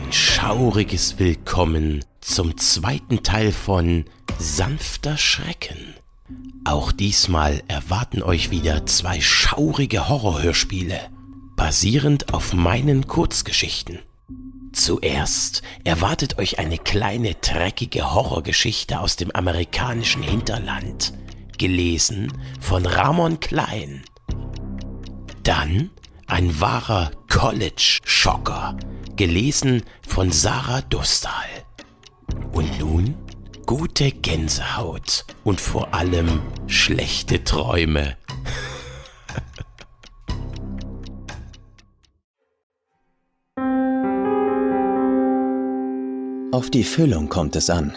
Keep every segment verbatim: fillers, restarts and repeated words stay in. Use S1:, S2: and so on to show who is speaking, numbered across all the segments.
S1: Ein schauriges Willkommen zum zweiten Teil von Sanfter Schrecken. Auch diesmal erwarten euch wieder zwei schaurige Horrorhörspiele, basierend auf meinen Kurzgeschichten. Zuerst erwartet euch eine kleine, dreckige Horrorgeschichte aus dem amerikanischen Hinterland, gelesen von Ramon Klein. Dann ein wahrer College-Schocker, gelesen von Sarah Dostal. Und nun gute Gänsehaut und vor allem schlechte Träume.
S2: Auf die Füllung kommt es an.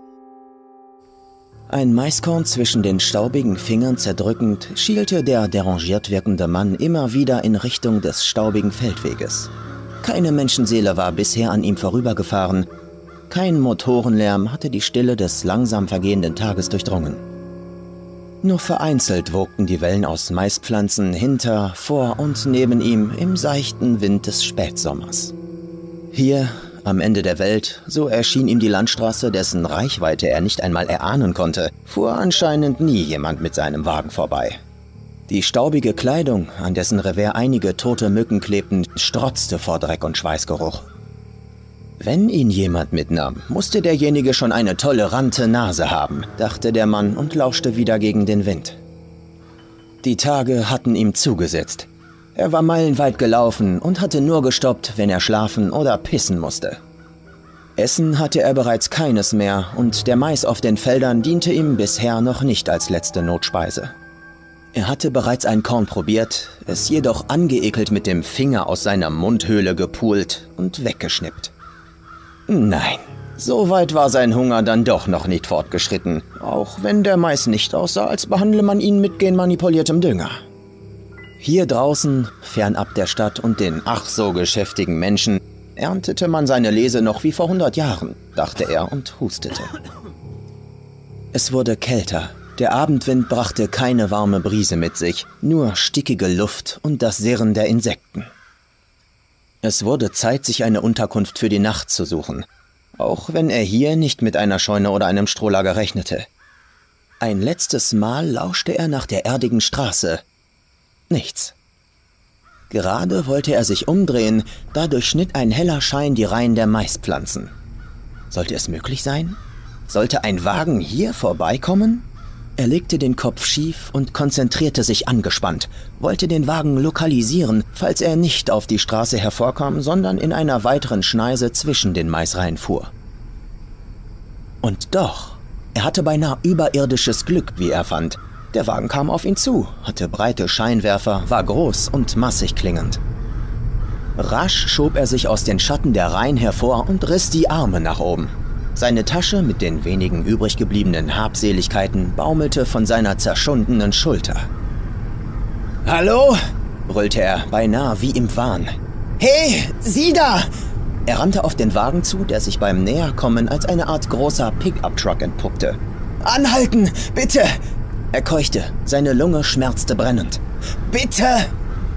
S2: Ein Maiskorn zwischen den staubigen Fingern zerdrückend, schielte der derangiert wirkende Mann immer wieder in Richtung des staubigen Feldweges. Keine Menschenseele war bisher an ihm vorübergefahren. Kein Motorenlärm hatte die Stille des langsam vergehenden Tages durchdrungen. Nur vereinzelt wogten die Wellen aus Maispflanzen hinter, vor und neben ihm im seichten Wind des Spätsommers. Hier, am Ende der Welt, so erschien ihm die Landstraße, dessen Reichweite er nicht einmal erahnen konnte, fuhr anscheinend nie jemand mit seinem Wagen vorbei. Die staubige Kleidung, an dessen Revers einige tote Mücken klebten, strotzte vor Dreck und Schweißgeruch. Wenn ihn jemand mitnahm, musste derjenige schon eine tolerante Nase haben, dachte der Mann und lauschte wieder gegen den Wind. Die Tage hatten ihm zugesetzt. Er war meilenweit gelaufen und hatte nur gestoppt, wenn er schlafen oder pissen musste. Essen hatte er bereits keines mehr und der Mais auf den Feldern diente ihm bisher noch nicht als letzte Notspeise. Er hatte bereits ein Korn probiert, es jedoch angeekelt mit dem Finger aus seiner Mundhöhle gepult und weggeschnippt. Nein, so weit war sein Hunger dann doch noch nicht fortgeschritten, auch wenn der Mais nicht aussah, als behandle man ihn mit genmanipuliertem Dünger. Hier draußen, fernab der Stadt und den ach so geschäftigen Menschen, erntete man seine Lese noch wie vor hundert Jahren, dachte er und hustete. Es wurde kälter. Der Abendwind brachte keine warme Brise mit sich, nur stickige Luft und das Sirren der Insekten. Es wurde Zeit, sich eine Unterkunft für die Nacht zu suchen, auch wenn er hier nicht mit einer Scheune oder einem Strohlager rechnete. Ein letztes Mal lauschte er nach der erdigen Straße. Nichts. Gerade wollte er sich umdrehen, da durchschnitt ein heller Schein die Reihen der Maispflanzen. Sollte es möglich sein? Sollte ein Wagen hier vorbeikommen? Er legte den Kopf schief und konzentrierte sich angespannt, wollte den Wagen lokalisieren, falls er nicht auf die Straße hervorkam, sondern in einer weiteren Schneise zwischen den Maisreihen fuhr. Und doch, er hatte beinahe überirdisches Glück, wie er fand. Der Wagen kam auf ihn zu, hatte breite Scheinwerfer, war groß und massig klingend. Rasch schob er sich aus den Schatten der Reihen hervor und riss die Arme nach oben. Seine Tasche mit den wenigen übrig gebliebenen Habseligkeiten baumelte von seiner zerschundenen Schulter. »Hallo?« brüllte er, beinahe wie im Wahn. »Hey, Sie da!« Er rannte auf den Wagen zu, der sich beim Näherkommen als eine Art großer Pickup-Truck entpuppte. »Anhalten, bitte!« Er keuchte, seine Lunge schmerzte brennend. »Bitte!«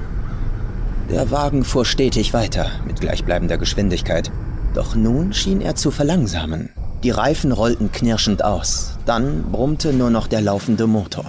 S2: Der Wagen fuhr stetig weiter, mit gleichbleibender Geschwindigkeit. Doch nun schien er zu verlangsamen. Die Reifen rollten knirschend aus, dann brummte nur noch der laufende Motor.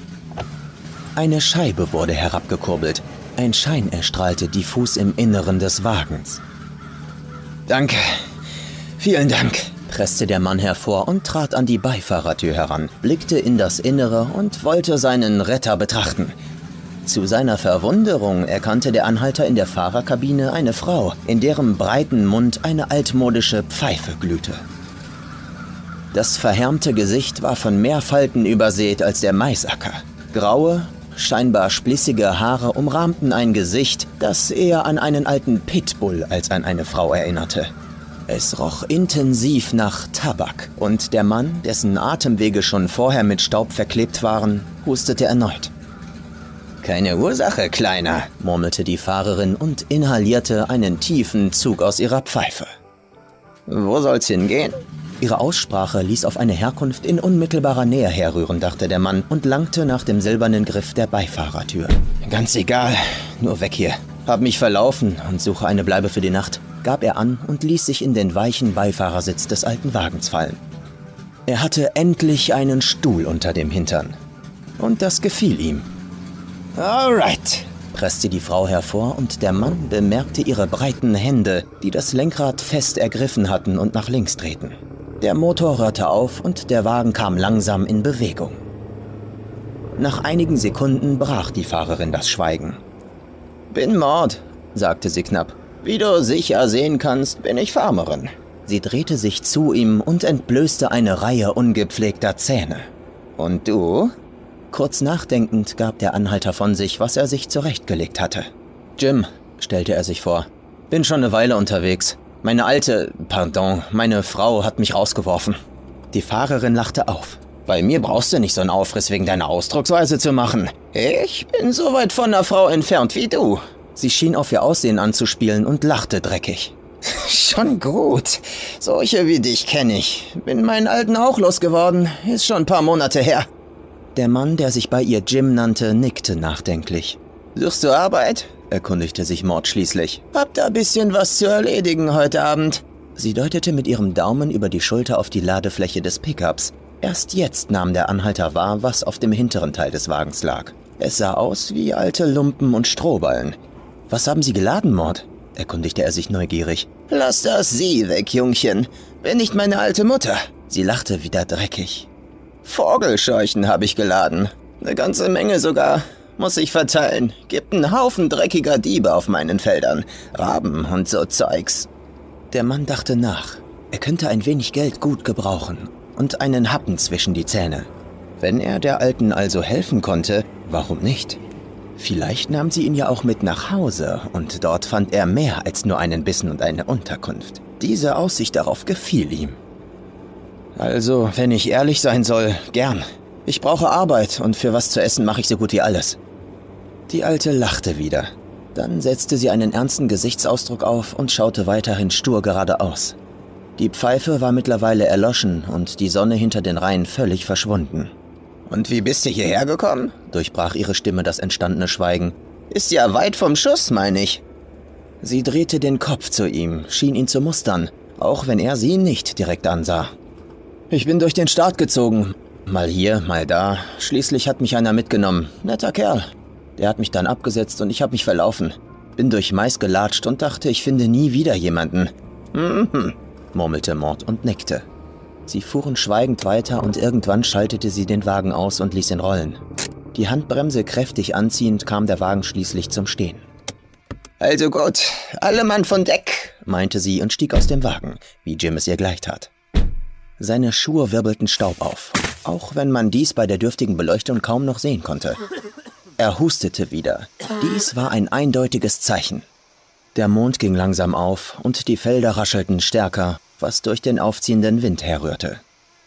S2: Eine Scheibe wurde herabgekurbelt, ein Schein erstrahlte diffus im Inneren des Wagens. »Danke, vielen Dank«, presste der Mann hervor und trat an die Beifahrertür heran, blickte in das Innere und wollte seinen Retter betrachten. Zu seiner Verwunderung erkannte der Anhalter in der Fahrerkabine eine Frau, in deren breiten Mund eine altmodische Pfeife glühte. Das verhärmte Gesicht war von mehr Falten übersät als der Maisacker. Graue, scheinbar splissige Haare umrahmten ein Gesicht, das eher an einen alten Pitbull als an eine Frau erinnerte. Es roch intensiv nach Tabak und der Mann, dessen Atemwege schon vorher mit Staub verklebt waren, hustete erneut. »Keine Ursache, Kleiner«, murmelte die Fahrerin und inhalierte einen tiefen Zug aus ihrer Pfeife. »Wo soll's hingehen?« Ihre Aussprache ließ auf eine Herkunft in unmittelbarer Nähe herrühren, dachte der Mann und langte nach dem silbernen Griff der Beifahrertür. »Ganz egal, nur weg hier. Hab mich verlaufen und suche eine Bleibe für die Nacht. gab er an und ließ sich in den weichen Beifahrersitz des alten Wagens fallen. Er hatte endlich einen Stuhl unter dem Hintern. Und das gefiel ihm. »Alright«, presste die Frau hervor und der Mann bemerkte ihre breiten Hände, die das Lenkrad fest ergriffen hatten und nach links drehten. Der Motor rörte auf und der Wagen kam langsam in Bewegung. Nach einigen Sekunden brach die Fahrerin das Schweigen. »Bin Maud«, sagte sie knapp. »Wie du sicher sehen kannst, bin ich Farmerin.« Sie drehte sich zu ihm und entblößte eine Reihe ungepflegter Zähne. »Und du?« Kurz nachdenkend gab der Anhalter von sich, was er sich zurechtgelegt hatte. »Jim«, stellte er sich vor. »Bin schon eine Weile unterwegs. Meine alte, pardon, meine Frau hat mich rausgeworfen.« Die Fahrerin lachte auf. »Bei mir brauchst du nicht so einen Aufriss wegen deiner Ausdrucksweise zu machen. Ich bin so weit von einer Frau entfernt wie du.« Sie schien auf ihr Aussehen anzuspielen und lachte dreckig. »Schon gut. Solche wie dich kenne ich. Bin meinen Alten auch losgeworden. Ist schon ein paar Monate her.« Der Mann, der sich bei ihr Jim nannte, nickte nachdenklich. »Suchst du Arbeit?« erkundigte sich Maud schließlich. »Hab da ein bisschen was zu erledigen heute Abend.« Sie deutete mit ihrem Daumen über die Schulter auf die Ladefläche des Pickups. Erst jetzt nahm der Anhalter wahr, was auf dem hinteren Teil des Wagens lag. Es sah aus wie alte Lumpen und Strohballen. »Was haben Sie geladen, Maud?« erkundigte er sich neugierig. »Lass das Sie weg, Jungchen. Bin nicht meine alte Mutter.« Sie lachte wieder dreckig. »Vogelscheuchen habe ich geladen. Eine ganze Menge sogar. Muss ich verteilen. Gibt einen Haufen dreckiger Diebe auf meinen Feldern. Raben und so Zeugs.« Der Mann dachte nach. Er könnte ein wenig Geld gut gebrauchen und einen Happen zwischen die Zähne. Wenn er der Alten also helfen konnte, warum nicht? Vielleicht nahm sie ihn ja auch mit nach Hause und dort fand er mehr als nur einen Bissen und eine Unterkunft. Diese Aussicht darauf gefiel ihm. »Also, wenn ich ehrlich sein soll, gern. Ich brauche Arbeit und für was zu essen mache ich so gut wie alles.« Die Alte lachte wieder. Dann setzte sie einen ernsten Gesichtsausdruck auf und schaute weiterhin stur geradeaus. Die Pfeife war mittlerweile erloschen und die Sonne hinter den Reihen völlig verschwunden. »Und wie bist du hierher gekommen?« durchbrach ihre Stimme das entstandene Schweigen. »Ist ja weit vom Schuss, meine ich.« Sie drehte den Kopf zu ihm, schien ihn zu mustern, auch wenn er sie nicht direkt ansah. »Ich bin durch den Staat gezogen. Mal hier, mal da. Schließlich hat mich einer mitgenommen. Netter Kerl. Der hat mich dann abgesetzt und ich habe mich verlaufen. Bin durch Mais gelatscht und dachte, ich finde nie wieder jemanden.« »Mhm«, murmelte Maud und nickte. Sie fuhren schweigend weiter und irgendwann schaltete sie den Wagen aus und ließ ihn rollen. Die Handbremse kräftig anziehend kam der Wagen schließlich zum Stehen. »Also gut, alle Mann von Deck«, meinte sie und stieg aus dem Wagen, wie Jim es ihr gleich tat. Seine Schuhe wirbelten Staub auf, auch wenn man dies bei der dürftigen Beleuchtung kaum noch sehen konnte. Er hustete wieder. Dies war ein eindeutiges Zeichen. Der Mond ging langsam auf und die Felder raschelten stärker, was durch den aufziehenden Wind herrührte.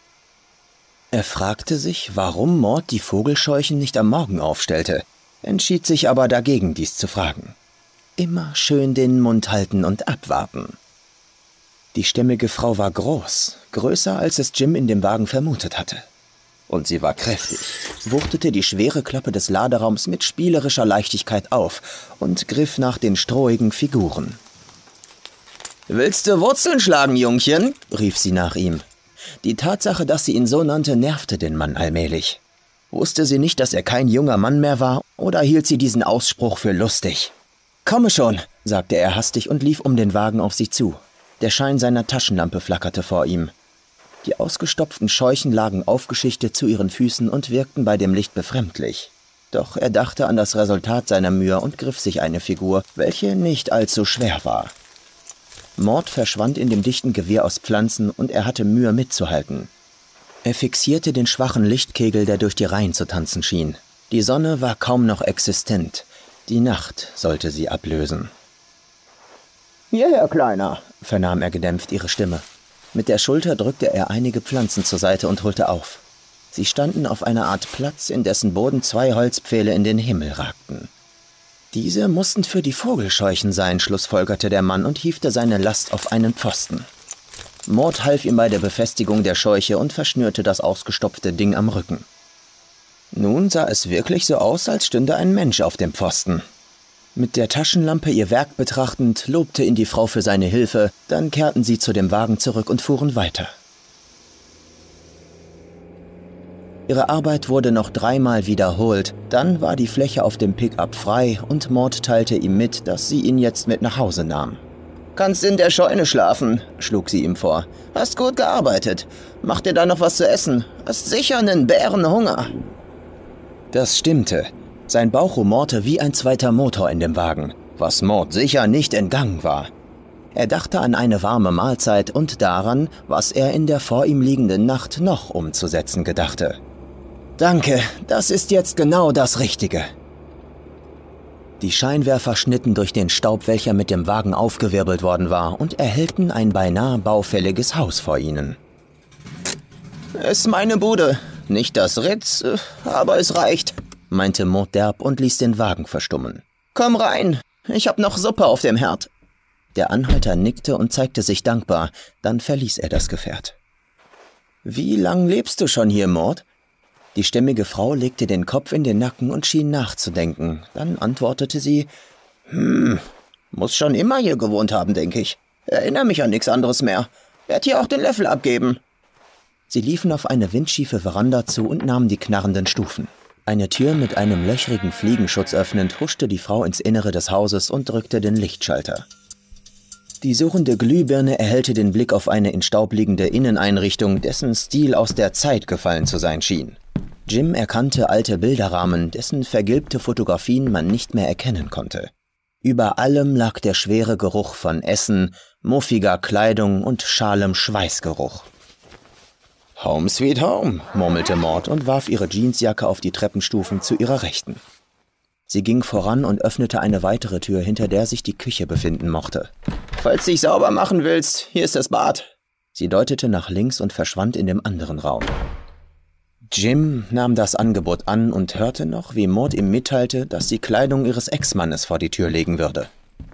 S2: Er fragte sich, warum Maud die Vogelscheuchen nicht am Morgen aufstellte, entschied sich aber dagegen, dies zu fragen. Immer schön den Mund halten und abwarten. Die stämmige Frau war groß, größer als es Jim in dem Wagen vermutet hatte. Und sie war kräftig, wuchtete die schwere Klappe des Laderaums mit spielerischer Leichtigkeit auf und griff nach den strohigen Figuren. »Willst du Wurzeln schlagen, Jungchen?« rief sie nach ihm. Die Tatsache, dass sie ihn so nannte, nervte den Mann allmählich. Wusste sie nicht, dass er kein junger Mann mehr war, oder hielt sie diesen Ausspruch für lustig? »Komme schon«, sagte er hastig und lief um den Wagen auf sie zu. Der Schein seiner Taschenlampe flackerte vor ihm. Die ausgestopften Scheuchen lagen aufgeschichtet zu ihren Füßen und wirkten bei dem Licht befremdlich. Doch er dachte an das Resultat seiner Mühe und griff sich eine Figur, welche nicht allzu schwer war. Maud verschwand in dem dichten Gewirr aus Pflanzen und er hatte Mühe mitzuhalten. Er fixierte den schwachen Lichtkegel, der durch die Reihen zu tanzen schien. Die Sonne war kaum noch existent. Die Nacht sollte sie ablösen. »Hierher, Kleiner«, vernahm er gedämpft ihre Stimme. Mit der Schulter drückte er einige Pflanzen zur Seite und holte auf. Sie standen auf einer Art Platz, in dessen Boden zwei Holzpfähle in den Himmel ragten. Diese mussten für die Vogelscheuchen sein, schlussfolgerte der Mann und hiefte seine Last auf einen Pfosten. Maud half ihm bei der Befestigung der Scheuche und verschnürte das ausgestopfte Ding am Rücken. Nun sah es wirklich so aus, als stünde ein Mensch auf dem Pfosten. Mit der Taschenlampe ihr Werk betrachtend, lobte ihn die Frau für seine Hilfe, dann kehrten sie zu dem Wagen zurück und fuhren weiter. Ihre Arbeit wurde noch dreimal wiederholt, dann war die Fläche auf dem Pickup frei und Mort teilte ihm mit, dass sie ihn jetzt mit nach Hause nahm. »Kannst in der Scheune schlafen«, schlug sie ihm vor. »Hast gut gearbeitet. Mach dir da noch was zu essen. Hast sicher einen Bärenhunger.« Das stimmte. Sein Bauch rumorte wie ein zweiter Motor in dem Wagen, was Mort sicher nicht entgangen war. Er dachte an eine warme Mahlzeit und daran, was er in der vor ihm liegenden Nacht noch umzusetzen gedachte. »Danke, das ist jetzt genau das Richtige.« Die Scheinwerfer schnitten durch den Staub, welcher mit dem Wagen aufgewirbelt worden war, und erhellten ein beinahe baufälliges Haus vor ihnen. »Ist meine Bude. Nicht das Ritz, aber es reicht«, meinte Mort derb und ließ den Wagen verstummen. »Komm rein, ich hab noch Suppe auf dem Herd.« Der Anhalter nickte und zeigte sich dankbar, dann verließ er das Gefährt. »Wie lang lebst du schon hier, Mort?« Die stämmige Frau legte den Kopf in den Nacken und schien nachzudenken. Dann antwortete sie, »Hm, muss schon immer hier gewohnt haben, denke ich. Erinnere mich an nichts anderes mehr. Werd hier auch den Löffel abgeben.« Sie liefen auf eine windschiefe Veranda zu und nahmen die knarrenden Stufen. Eine Tür mit einem löchrigen Fliegenschutz öffnend, huschte die Frau ins Innere des Hauses und drückte den Lichtschalter. Die surrende Glühbirne erhellte den Blick auf eine in Staub liegende Inneneinrichtung, dessen Stil aus der Zeit gefallen zu sein schien. Jim erkannte alte Bilderrahmen, dessen vergilbte Fotografien man nicht mehr erkennen konnte. Über allem lag der schwere Geruch von Essen, muffiger Kleidung und schalem Schweißgeruch. »Home sweet home«, murmelte Mort und warf ihre Jeansjacke auf die Treppenstufen zu ihrer Rechten. Sie ging voran und öffnete eine weitere Tür, hinter der sich die Küche befinden mochte. »Falls du dich sauber machen willst, hier ist das Bad.« Sie deutete nach links und verschwand in dem anderen Raum. Jim nahm das Angebot an und hörte noch, wie Mort ihm mitteilte, dass sie Kleidung ihres Ex-Mannes vor die Tür legen würde.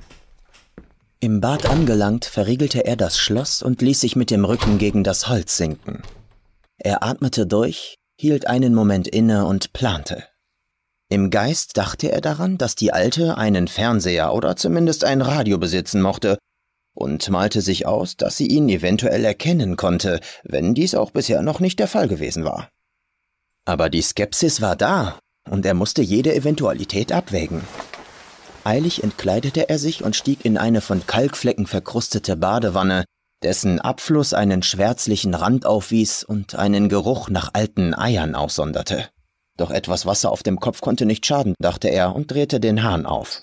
S2: Im Bad angelangt, verriegelte er das Schloss und ließ sich mit dem Rücken gegen das Holz sinken. Er atmete durch, hielt einen Moment inne und plante. Im Geist dachte er daran, dass die Alte einen Fernseher oder zumindest ein Radio besitzen mochte und malte sich aus, dass sie ihn eventuell erkennen konnte, wenn dies auch bisher noch nicht der Fall gewesen war. Aber die Skepsis war da und er musste jede Eventualität abwägen. Eilig entkleidete er sich und stieg in eine von Kalkflecken verkrustete Badewanne, dessen Abfluss einen schwärzlichen Rand aufwies und einen Geruch nach alten Eiern aussonderte. Doch etwas Wasser auf dem Kopf konnte nicht schaden, dachte er und drehte den Hahn auf.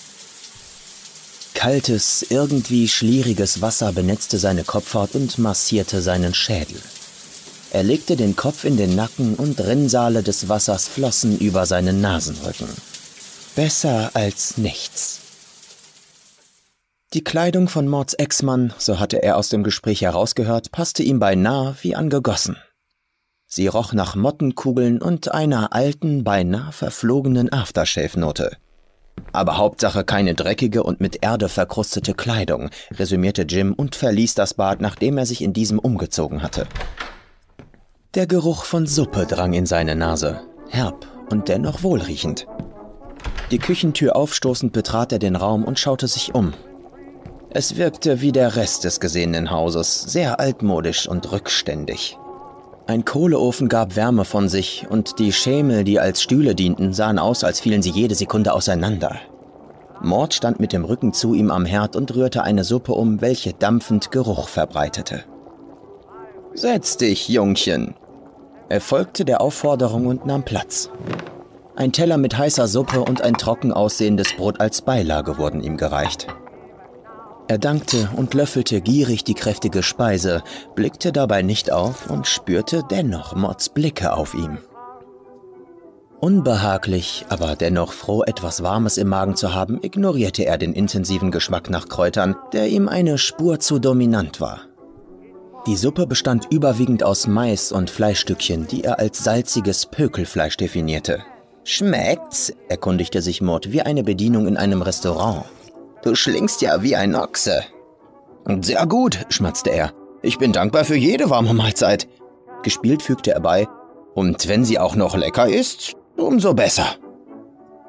S2: Kaltes, irgendwie schlieriges Wasser benetzte seine Kopfhaut und massierte seinen Schädel. Er legte den Kopf in den Nacken und Rinnsale des Wassers flossen über seinen Nasenrücken. Besser als nichts. Die Kleidung von Morts Ex-Mann, so hatte er aus dem Gespräch herausgehört, passte ihm beinahe wie angegossen. Sie roch nach Mottenkugeln und einer alten, beinahe verflogenen Aftershave-Note. Aber Hauptsache keine dreckige und mit Erde verkrustete Kleidung, resümierte Jim und verließ das Bad, nachdem er sich in diesem umgezogen hatte. Der Geruch von Suppe drang in seine Nase, herb und dennoch wohlriechend. Die Küchentür aufstoßend betrat er den Raum und schaute sich um. Es wirkte wie der Rest des gesehenen Hauses, sehr altmodisch und rückständig. Ein Kohleofen gab Wärme von sich und die Schemel, die als Stühle dienten, sahen aus, als fielen sie jede Sekunde auseinander. Mort stand mit dem Rücken zu ihm am Herd und rührte eine Suppe um, welche dampfend Geruch verbreitete. »Setz dich, Jungchen!« Er folgte der Aufforderung und nahm Platz. Ein Teller mit heißer Suppe und ein trocken aussehendes Brot als Beilage wurden ihm gereicht. Er dankte und löffelte gierig die kräftige Speise, blickte dabei nicht auf und spürte dennoch Morts Blicke auf ihm. Unbehaglich, aber dennoch froh, etwas Warmes im Magen zu haben, ignorierte er den intensiven Geschmack nach Kräutern, der ihm eine Spur zu dominant war. Die Suppe bestand überwiegend aus Mais und Fleischstückchen, die er als salziges Pökelfleisch definierte. »Schmeckt's?« erkundigte sich Mort, wie eine Bedienung in einem Restaurant. »Du schlingst ja wie ein Ochse.« »Sehr gut«, schmatzte er. »Ich bin dankbar für jede warme Mahlzeit.« Gespielt fügte er bei. »Und wenn sie auch noch lecker ist, umso besser.«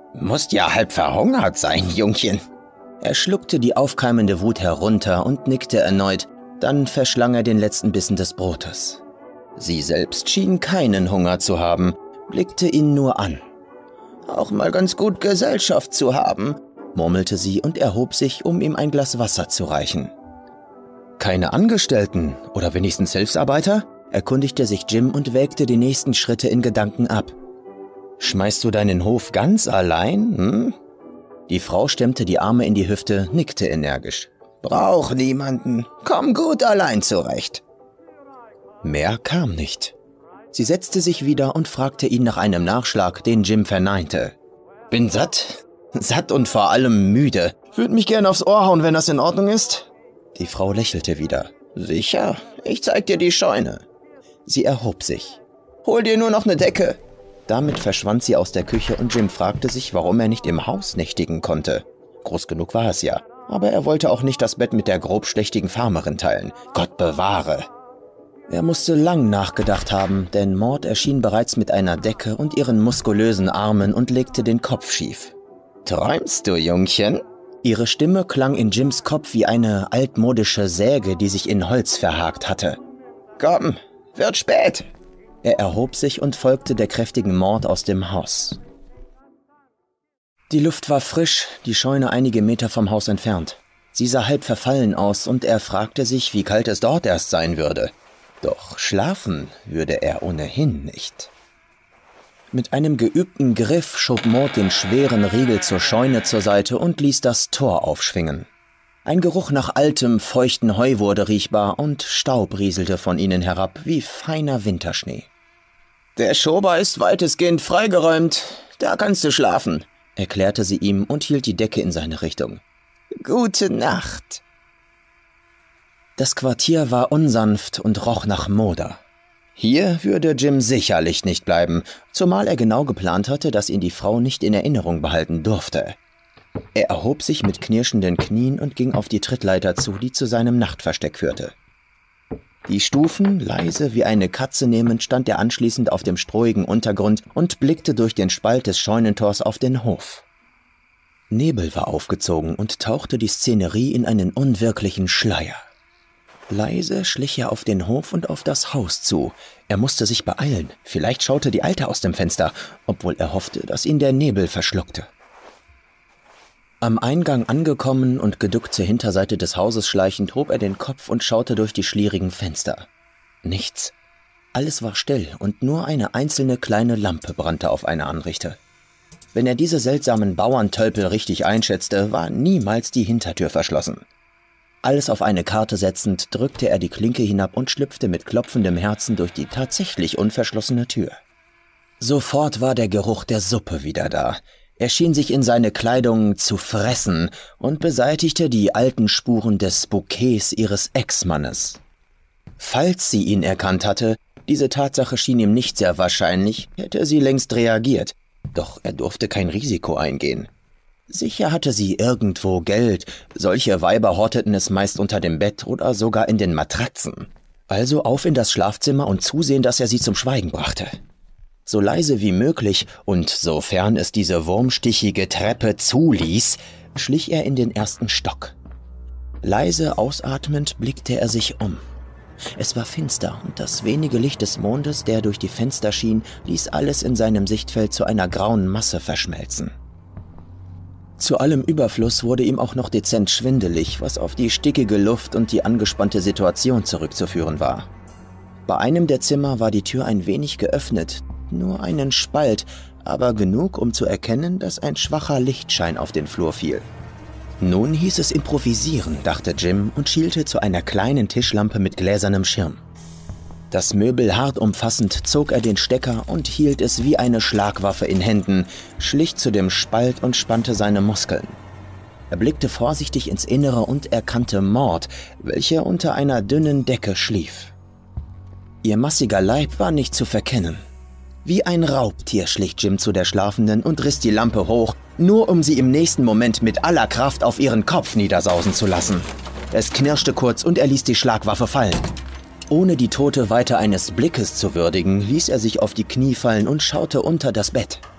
S2: Musst ja halb verhungert sein, Jungchen. Er schluckte die aufkeimende Wut herunter und nickte erneut, dann verschlang er den letzten Bissen des Brotes. Sie selbst schien keinen Hunger zu haben, blickte ihn nur an. »Auch mal ganz gut Gesellschaft zu haben«, murmelte sie und erhob sich, um ihm ein Glas Wasser zu reichen. »Keine Angestellten oder wenigstens Hilfsarbeiter?« erkundigte sich Jim und wägte die nächsten Schritte in Gedanken ab. »Schmeißt du deinen Hof ganz allein, hm?« Die Frau stemmte die Arme in die Hüfte, nickte energisch. »Brauch niemanden, komm gut allein zurecht.« Mehr kam nicht. Sie setzte sich wieder und fragte ihn nach einem Nachschlag, den Jim verneinte. »Bin satt, satt und vor allem müde. Würd mich gern aufs Ohr hauen, wenn das in Ordnung ist?« Die Frau lächelte wieder. »Sicher, ich zeig dir die Scheune.« Sie erhob sich. »Hol dir nur noch eine Decke.« Damit verschwand sie aus der Küche und Jim fragte sich, warum er nicht im Haus nächtigen konnte. Groß genug war es ja, aber er wollte auch nicht das Bett mit der grobschlächtigen Farmerin teilen. Gott bewahre! Er musste lang nachgedacht haben, denn Maud erschien bereits mit einer Decke und ihren muskulösen Armen und legte den Kopf schief. »Träumst du, Jungchen?« Ihre Stimme klang in Jims Kopf wie eine altmodische Säge, die sich in Holz verhakt hatte. »Komm, wird spät!« Er erhob sich und folgte der kräftigen Maud aus dem Haus. Die Luft war frisch, die Scheune einige Meter vom Haus entfernt. Sie sah halb verfallen aus und er fragte sich, wie kalt es dort erst sein würde. Doch schlafen würde er ohnehin nicht. Mit einem geübten Griff schob Maud den schweren Riegel zur Scheune zur Seite und ließ das Tor aufschwingen. Ein Geruch nach altem, feuchten Heu wurde riechbar und Staub rieselte von ihnen herab wie feiner Winterschnee. »Der Schober ist weitestgehend freigeräumt, da kannst du schlafen«, erklärte sie ihm und hielt die Decke in seine Richtung. »Gute Nacht.« Das Quartier war unsanft und roch nach Moder. Hier würde Jim sicherlich nicht bleiben, zumal er genau geplant hatte, dass ihn die Frau nicht in Erinnerung behalten durfte. Er erhob sich mit knirschenden Knien und ging auf die Trittleiter zu, die zu seinem Nachtversteck führte. Die Stufen, leise wie eine Katze nehmend, stand er anschließend auf dem strohigen Untergrund und blickte durch den Spalt des Scheunentors auf den Hof. Nebel war aufgezogen und tauchte die Szenerie in einen unwirklichen Schleier. Leise schlich er auf den Hof und auf das Haus zu. Er musste sich beeilen. Vielleicht schaute die Alte aus dem Fenster, obwohl er hoffte, dass ihn der Nebel verschluckte. Am Eingang angekommen und geduckt zur Hinterseite des Hauses schleichend, hob er den Kopf und schaute durch die schlierigen Fenster. Nichts. Alles war still und nur eine einzelne kleine Lampe brannte auf einer Anrichte. Wenn er diese seltsamen Bauerntölpel richtig einschätzte, war niemals die Hintertür verschlossen. Alles auf eine Karte setzend, drückte er die Klinke hinab und schlüpfte mit klopfendem Herzen durch die tatsächlich unverschlossene Tür. Sofort war der Geruch der Suppe wieder da. Er schien sich in seine Kleidung zu fressen und beseitigte die alten Spuren des Bouquets ihres Ex-Mannes. Falls sie ihn erkannt hatte, diese Tatsache schien ihm nicht sehr wahrscheinlich, hätte sie längst reagiert, doch er durfte kein Risiko eingehen. Sicher hatte sie irgendwo Geld, solche Weiber horteten es meist unter dem Bett oder sogar in den Matratzen. Also auf in das Schlafzimmer und zusehen, dass er sie zum Schweigen brachte. So leise wie möglich und sofern es diese wurmstichige Treppe zuließ, schlich er in den ersten Stock. Leise ausatmend blickte er sich um. Es war finster und das wenige Licht des Mondes, der durch die Fenster schien, ließ alles in seinem Sichtfeld zu einer grauen Masse verschmelzen. Zu allem Überfluss wurde ihm auch noch dezent schwindelig, was auf die stickige Luft und die angespannte Situation zurückzuführen war. Bei einem der Zimmer war die Tür ein wenig geöffnet, nur einen Spalt, aber genug, um zu erkennen, dass ein schwacher Lichtschein auf den Flur fiel. Nun hieß es improvisieren, dachte Jim und schielte zu einer kleinen Tischlampe mit gläsernem Schirm. Das Möbel hart umfassend zog er den Stecker und hielt es wie eine Schlagwaffe in Händen, schlich zu dem Spalt und spannte seine Muskeln. Er blickte vorsichtig ins Innere und erkannte Maud, welche unter einer dünnen Decke schlief. Ihr massiger Leib war nicht zu verkennen. Wie ein Raubtier schlich Jim zu der Schlafenden und riss die Lampe hoch, nur um sie im nächsten Moment mit aller Kraft auf ihren Kopf niedersausen zu lassen. Es knirschte kurz und er ließ die Schlagwaffe fallen. Ohne die Tote weiter eines Blickes zu würdigen, ließ er sich auf die Knie fallen und schaute unter das Bett.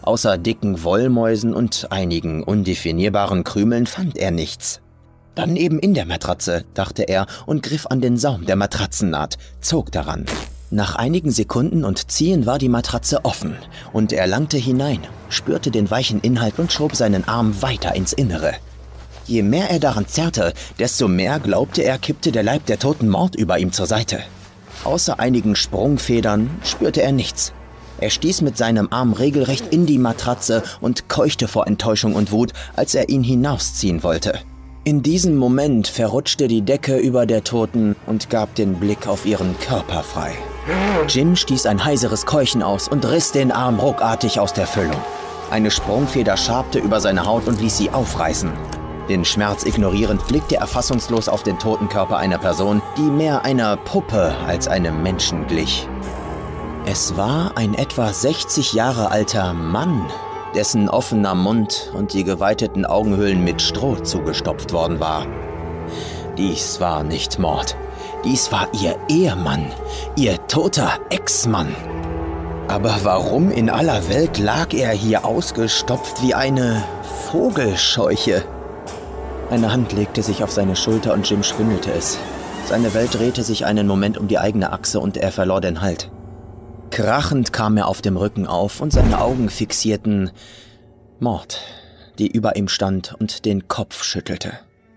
S2: Außer dicken Wollmäusen und einigen undefinierbaren Krümeln fand er nichts. Dann eben in der Matratze, dachte er und griff an den Saum der Matratzennaht, zog daran. Nach einigen Sekunden und Ziehen war die Matratze offen und er langte hinein, spürte den weichen Inhalt und schob seinen Arm weiter ins Innere. Je mehr er daran zerrte, desto mehr glaubte er, kippte der Leib der toten Mord über ihm zur Seite. Außer einigen Sprungfedern spürte er nichts. Er stieß mit seinem Arm regelrecht in die Matratze und keuchte vor Enttäuschung und Wut, als er ihn hinausziehen wollte. In diesem Moment verrutschte die Decke über der Toten und gab den Blick auf ihren Körper frei. Jim stieß ein heiseres Keuchen aus und riss den Arm ruckartig aus der Füllung. Eine Sprungfeder schabte über seine Haut und ließ sie aufreißen. Den Schmerz ignorierend blickte er fassungslos auf den toten Körper einer Person, die mehr einer Puppe als einem Menschen glich. Es war ein etwa sechzig Jahre alter Mann, dessen offener Mund und die geweiteten Augenhöhlen mit Stroh zugestopft worden war. Dies war nicht Mord. Dies war ihr Ehemann, ihr toter Ex-Mann. Aber warum in aller Welt lag er hier ausgestopft wie eine Vogelscheuche? Eine Hand legte sich auf seine Schulter und Jim schwindelte es. Seine Welt drehte sich einen Moment um die eigene Achse und er verlor den Halt. Krachend kam er auf dem Rücken auf und seine Augen fixierten Mord, die über ihm stand und den Kopf schüttelte.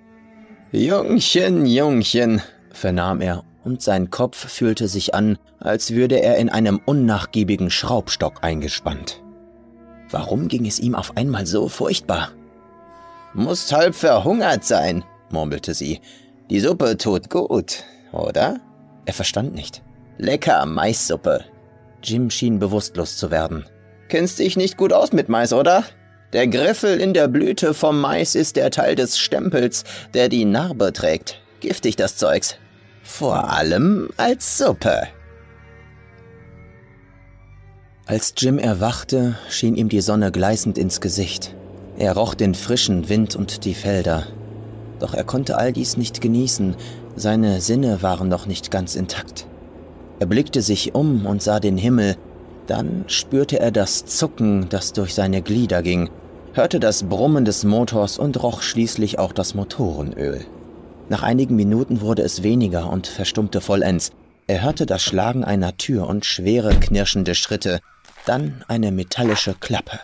S2: »Jungchen, Jungchen«, vernahm er, und sein Kopf fühlte sich an, als würde er in einem unnachgiebigen Schraubstock eingespannt. Warum ging es ihm auf einmal so furchtbar? »Musst halb verhungert sein«, murmelte sie. »Die Suppe tut gut, oder?« Er verstand nicht. »Lecker Maissuppe.« Jim schien bewusstlos zu werden. »Kennst dich nicht gut aus mit Mais, oder? Der Griffel in der Blüte vom Mais ist der Teil des Stempels, der die Narbe trägt. Giftig das Zeugs. Vor allem als Suppe.« Als Jim erwachte, schien ihm die Sonne gleißend ins Gesicht. Er roch den frischen Wind und die Felder. Doch er konnte all dies nicht genießen, seine Sinne waren noch nicht ganz intakt. Er blickte sich um und sah den Himmel, dann spürte er das Zucken, das durch seine Glieder ging, hörte das Brummen des Motors und roch schließlich auch das Motorenöl. Nach einigen Minuten wurde es weniger und verstummte vollends. Er hörte das Schlagen einer Tür und schwere, knirschende Schritte, dann eine metallische Klappe.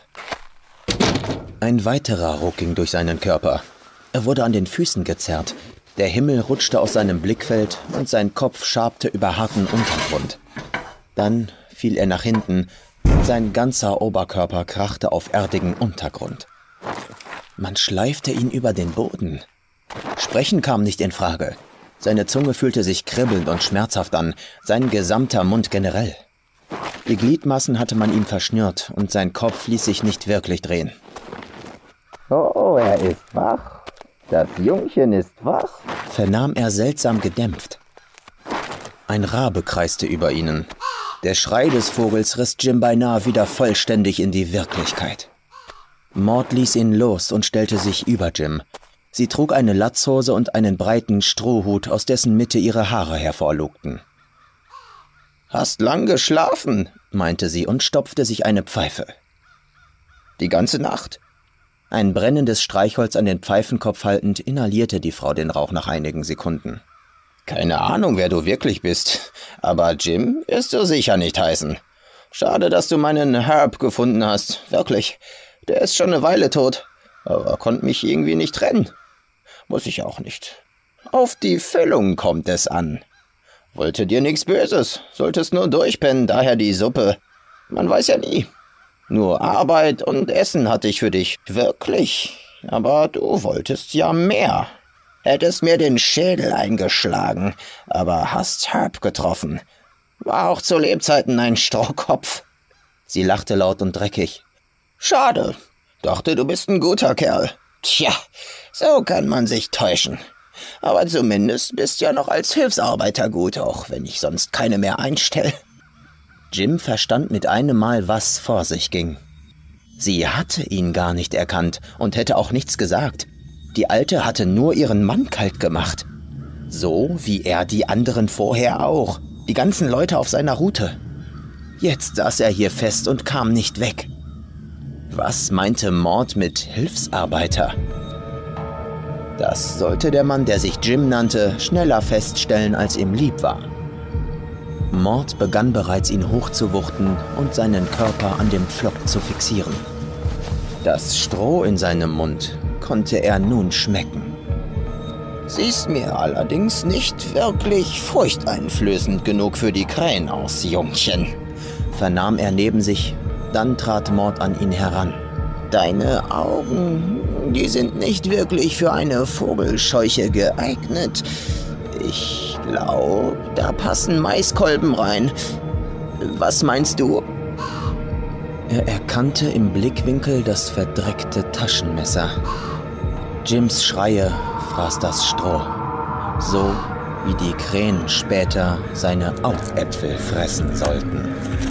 S2: Ein weiterer Ruck ging durch seinen Körper. Er wurde an den Füßen gezerrt. Der Himmel rutschte aus seinem Blickfeld und sein Kopf schabte über harten Untergrund. Dann fiel er nach hinten und sein ganzer Oberkörper krachte auf erdigen Untergrund. Man schleifte ihn über den Boden. Sprechen kam nicht in Frage. Seine Zunge fühlte sich kribbelnd und schmerzhaft an, sein gesamter Mund generell. Die Gliedmaßen hatte man ihm verschnürt und sein Kopf ließ sich nicht wirklich drehen. »Oh, er ist wach. Das Jungchen ist wach«, vernahm er seltsam gedämpft. Ein Rabe kreiste über ihnen. Der Schrei des Vogels riss Jim beinahe wieder vollständig in die Wirklichkeit. Maud ließ ihn los und stellte sich über Jim. Sie trug eine Latzhose und einen breiten Strohhut, aus dessen Mitte ihre Haare hervorlugten. »Hast lang geschlafen«, meinte sie und stopfte sich eine Pfeife. »Die ganze Nacht?« Ein brennendes Streichholz an den Pfeifenkopf haltend, inhalierte die Frau den Rauch nach einigen Sekunden. »Keine Ahnung, wer du wirklich bist, aber Jim wirst du sicher nicht heißen. Schade, dass du meinen Herb gefunden hast, wirklich. Der ist schon eine Weile tot, aber konnte mich irgendwie nicht trennen. Muss ich auch nicht. Auf die Füllung kommt es an. Wollte dir nichts Böses, solltest nur durchpennen, daher die Suppe. Man weiß ja nie. Nur Arbeit und Essen hatte ich für dich, wirklich. Aber du wolltest ja mehr. Hättest mir den Schädel eingeschlagen, aber hast Herb getroffen. War auch zu Lebzeiten ein Strohkopf.« Sie lachte laut und dreckig. »Schade. Dachte, du bist ein guter Kerl. Tja, so kann man sich täuschen. Aber zumindest bist ja noch als Hilfsarbeiter gut, auch wenn ich sonst keine mehr einstelle.« Jim verstand mit einem Mal, was vor sich ging. Sie hatte ihn gar nicht erkannt und hätte auch nichts gesagt. Die Alte hatte nur ihren Mann kalt gemacht. So wie er die anderen vorher auch. Die ganzen Leute auf seiner Route. Jetzt saß er hier fest und kam nicht weg. Was meinte Maud mit Hilfsarbeiter? Das sollte der Mann, der sich Jim nannte, schneller feststellen, als ihm lieb war. Maud begann bereits, ihn hochzuwuchten und seinen Körper an dem Pflock zu fixieren. Das Stroh in seinem Mund konnte er nun schmecken. Siehst mir allerdings nicht wirklich furchteinflößend genug für die Krähen aus, Jungchen, vernahm er neben sich. Dann trat Maud an ihn heran. Deine Augen, die sind nicht wirklich für eine Vogelscheuche geeignet. Ich glaube, da passen Maiskolben rein. Was meinst du? Er erkannte im Blickwinkel das verdreckte Taschenmesser. Jims Schreie fraß das Stroh, so wie die Krähen später seine Augäpfel fressen sollten.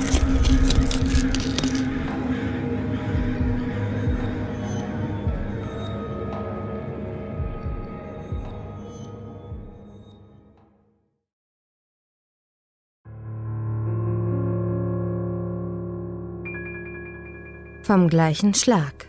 S3: Vom gleichen Schlag.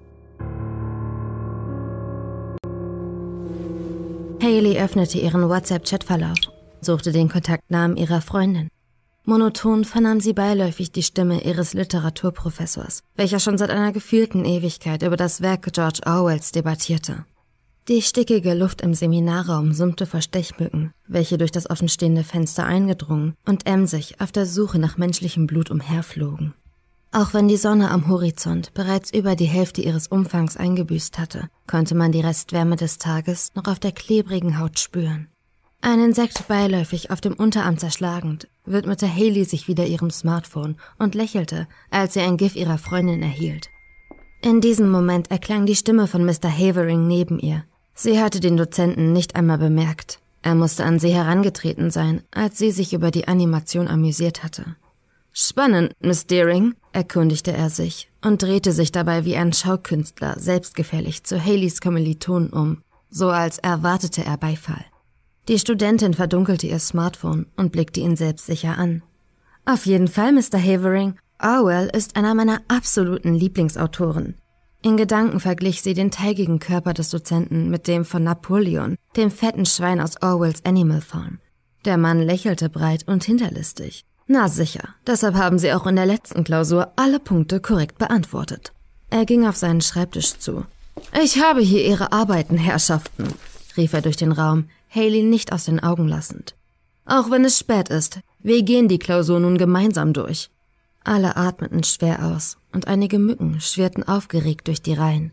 S3: Hayley öffnete ihren WhatsApp-Chatverlauf, suchte den Kontaktnamen ihrer Freundin. Monoton vernahm sie beiläufig die Stimme ihres Literaturprofessors, welcher schon seit einer gefühlten Ewigkeit über das Werk George Orwells debattierte. Die stickige Luft im Seminarraum summte vor Stechmücken, welche durch das offenstehende Fenster eingedrungen und emsig auf der Suche nach menschlichem Blut umherflogen. Auch wenn die Sonne am Horizont bereits über die Hälfte ihres Umfangs eingebüßt hatte, konnte man die Restwärme des Tages noch auf der klebrigen Haut spüren. Ein Insekt beiläufig auf dem Unterarm zerschlagend, widmete Hayley sich wieder ihrem Smartphone und lächelte, als sie ein GIF ihrer Freundin erhielt. In diesem Moment erklang die Stimme von Mister Havering neben ihr. Sie hatte den Dozenten nicht einmal bemerkt. Er musste an sie herangetreten sein, als sie sich über die Animation amüsiert hatte. »Spannend, Miss Deering«, erkundigte er sich und drehte sich dabei wie ein Schaukünstler selbstgefällig zu Haleys Kommilitonen um, so als erwartete er Beifall. Die Studentin verdunkelte ihr Smartphone und blickte ihn selbstsicher an. »Auf jeden Fall, Mister Havering. Orwell ist einer meiner absoluten Lieblingsautoren.« In Gedanken verglich sie den teigigen Körper des Dozenten mit dem von Napoleon, dem fetten Schwein aus Orwells Animal Farm. Der Mann lächelte breit und hinterlistig. Na sicher, deshalb haben Sie auch in der letzten Klausur alle Punkte korrekt beantwortet. Er ging auf seinen Schreibtisch zu. »Ich habe hier Ihre Arbeiten, Herrschaften«, rief er durch den Raum, Hayley nicht aus den Augen lassend. »Auch wenn es spät ist, wir gehen die Klausur nun gemeinsam durch.« Alle atmeten schwer aus und einige Mücken schwirrten aufgeregt durch die Reihen.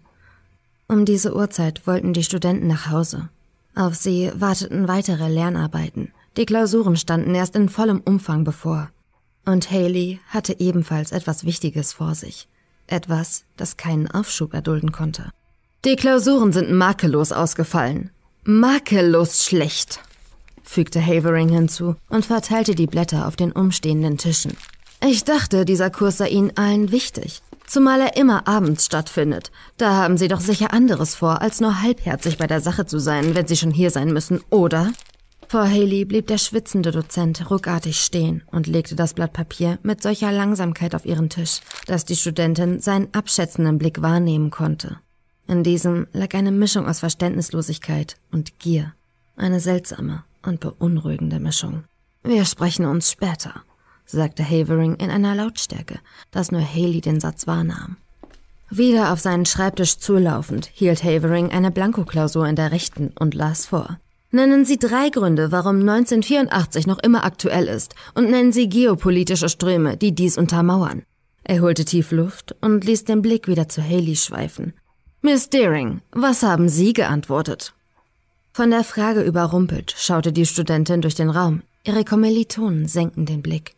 S3: Um diese Uhrzeit wollten die Studenten nach Hause. Auf sie warteten weitere Lernarbeiten. Die Klausuren standen erst in vollem Umfang bevor. Und Hayley hatte ebenfalls etwas Wichtiges vor sich. Etwas, das keinen Aufschub erdulden konnte. »Die Klausuren sind makellos ausgefallen. Makellos schlecht«, fügte Havering hinzu und verteilte die Blätter auf den umstehenden Tischen. »Ich dachte, dieser Kurs sei Ihnen allen wichtig. Zumal er immer abends stattfindet. Da haben Sie doch sicher anderes vor, als nur halbherzig bei der Sache zu sein, wenn Sie schon hier sein müssen, oder?« Vor Hayley blieb der schwitzende Dozent ruckartig stehen und legte das Blatt Papier mit solcher Langsamkeit auf ihren Tisch, dass die Studentin seinen abschätzenden Blick wahrnehmen konnte. In diesem lag eine Mischung aus Verständnislosigkeit und Gier. Eine seltsame und beunruhigende Mischung. »Wir sprechen uns später«, sagte Havering in einer Lautstärke, dass nur Hayley den Satz wahrnahm. Wieder auf seinen Schreibtisch zulaufend, hielt Havering eine Blankoklausur in der rechten und las vor. »Nennen Sie drei Gründe, warum neunzehnhundertvierundachtzig noch immer aktuell ist, und nennen Sie geopolitische Ströme, die dies untermauern.« Er holte tief Luft und ließ den Blick wieder zu Hayley schweifen. »Miss Deering, was haben Sie geantwortet?« Von der Frage überrumpelt schaute die Studentin durch den Raum. Ihre Kommilitonen senkten den Blick.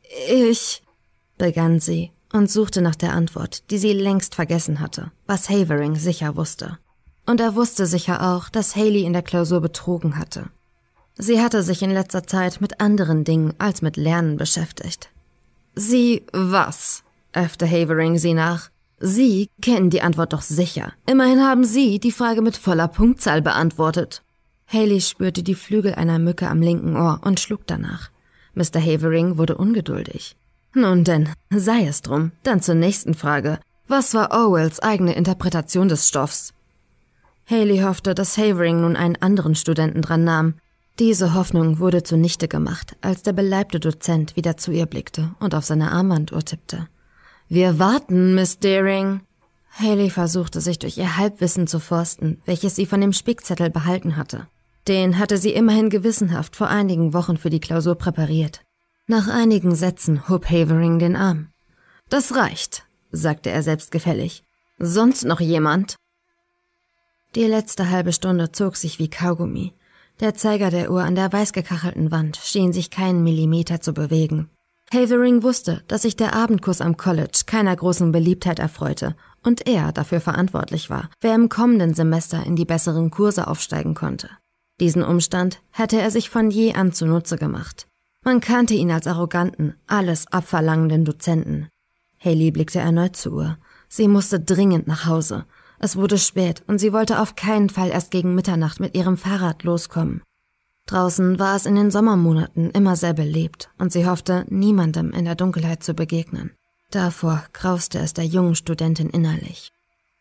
S3: »Ich«, begann sie und suchte nach der Antwort, die sie längst vergessen hatte, was Havering sicher wusste. Und er wusste sicher auch, dass Hayley in der Klausur betrogen hatte. Sie hatte sich in letzter Zeit mit anderen Dingen als mit Lernen beschäftigt. »Sie was?«, äffte Havering sie nach. »Sie kennen die Antwort doch sicher. Immerhin haben Sie die Frage mit voller Punktzahl beantwortet.« Hayley spürte die Flügel einer Mücke am linken Ohr und schlug danach. Mister Havering wurde ungeduldig. »Nun denn, sei es drum. Dann zur nächsten Frage. Was war Orwells eigene Interpretation des Stoffs? Haley hoffte, dass Havering nun einen anderen Studenten dran nahm. Diese Hoffnung wurde zunichte gemacht, als der beleibte Dozent wieder zu ihr blickte und auf seine Armbanduhr tippte. »Wir warten, Miss Deering!« Haley versuchte, sich durch ihr Halbwissen zu forsten, welches sie von dem Spickzettel behalten hatte. Den hatte sie immerhin gewissenhaft vor einigen Wochen für die Klausur präpariert. Nach einigen Sätzen hob Havering den Arm. »Das reicht«, sagte er selbstgefällig. »Sonst noch jemand?« Die letzte halbe Stunde zog sich wie Kaugummi. Der Zeiger der Uhr an der weiß gekachelten Wand schien sich keinen Millimeter zu bewegen. Havering wusste, dass sich der Abendkurs am College keiner großen Beliebtheit erfreute und er dafür verantwortlich war, wer im kommenden Semester in die besseren Kurse aufsteigen konnte. Diesen Umstand hatte er sich von je an zunutze gemacht. Man kannte ihn als arroganten, alles abverlangenden Dozenten. Haley blickte erneut zur Uhr. Sie musste dringend nach Hause. Es wurde spät und sie wollte auf keinen Fall erst gegen Mitternacht mit ihrem Fahrrad loskommen. Draußen war es in den Sommermonaten immer sehr belebt und sie hoffte, niemandem in der Dunkelheit zu begegnen. Davor grauste es der jungen Studentin innerlich.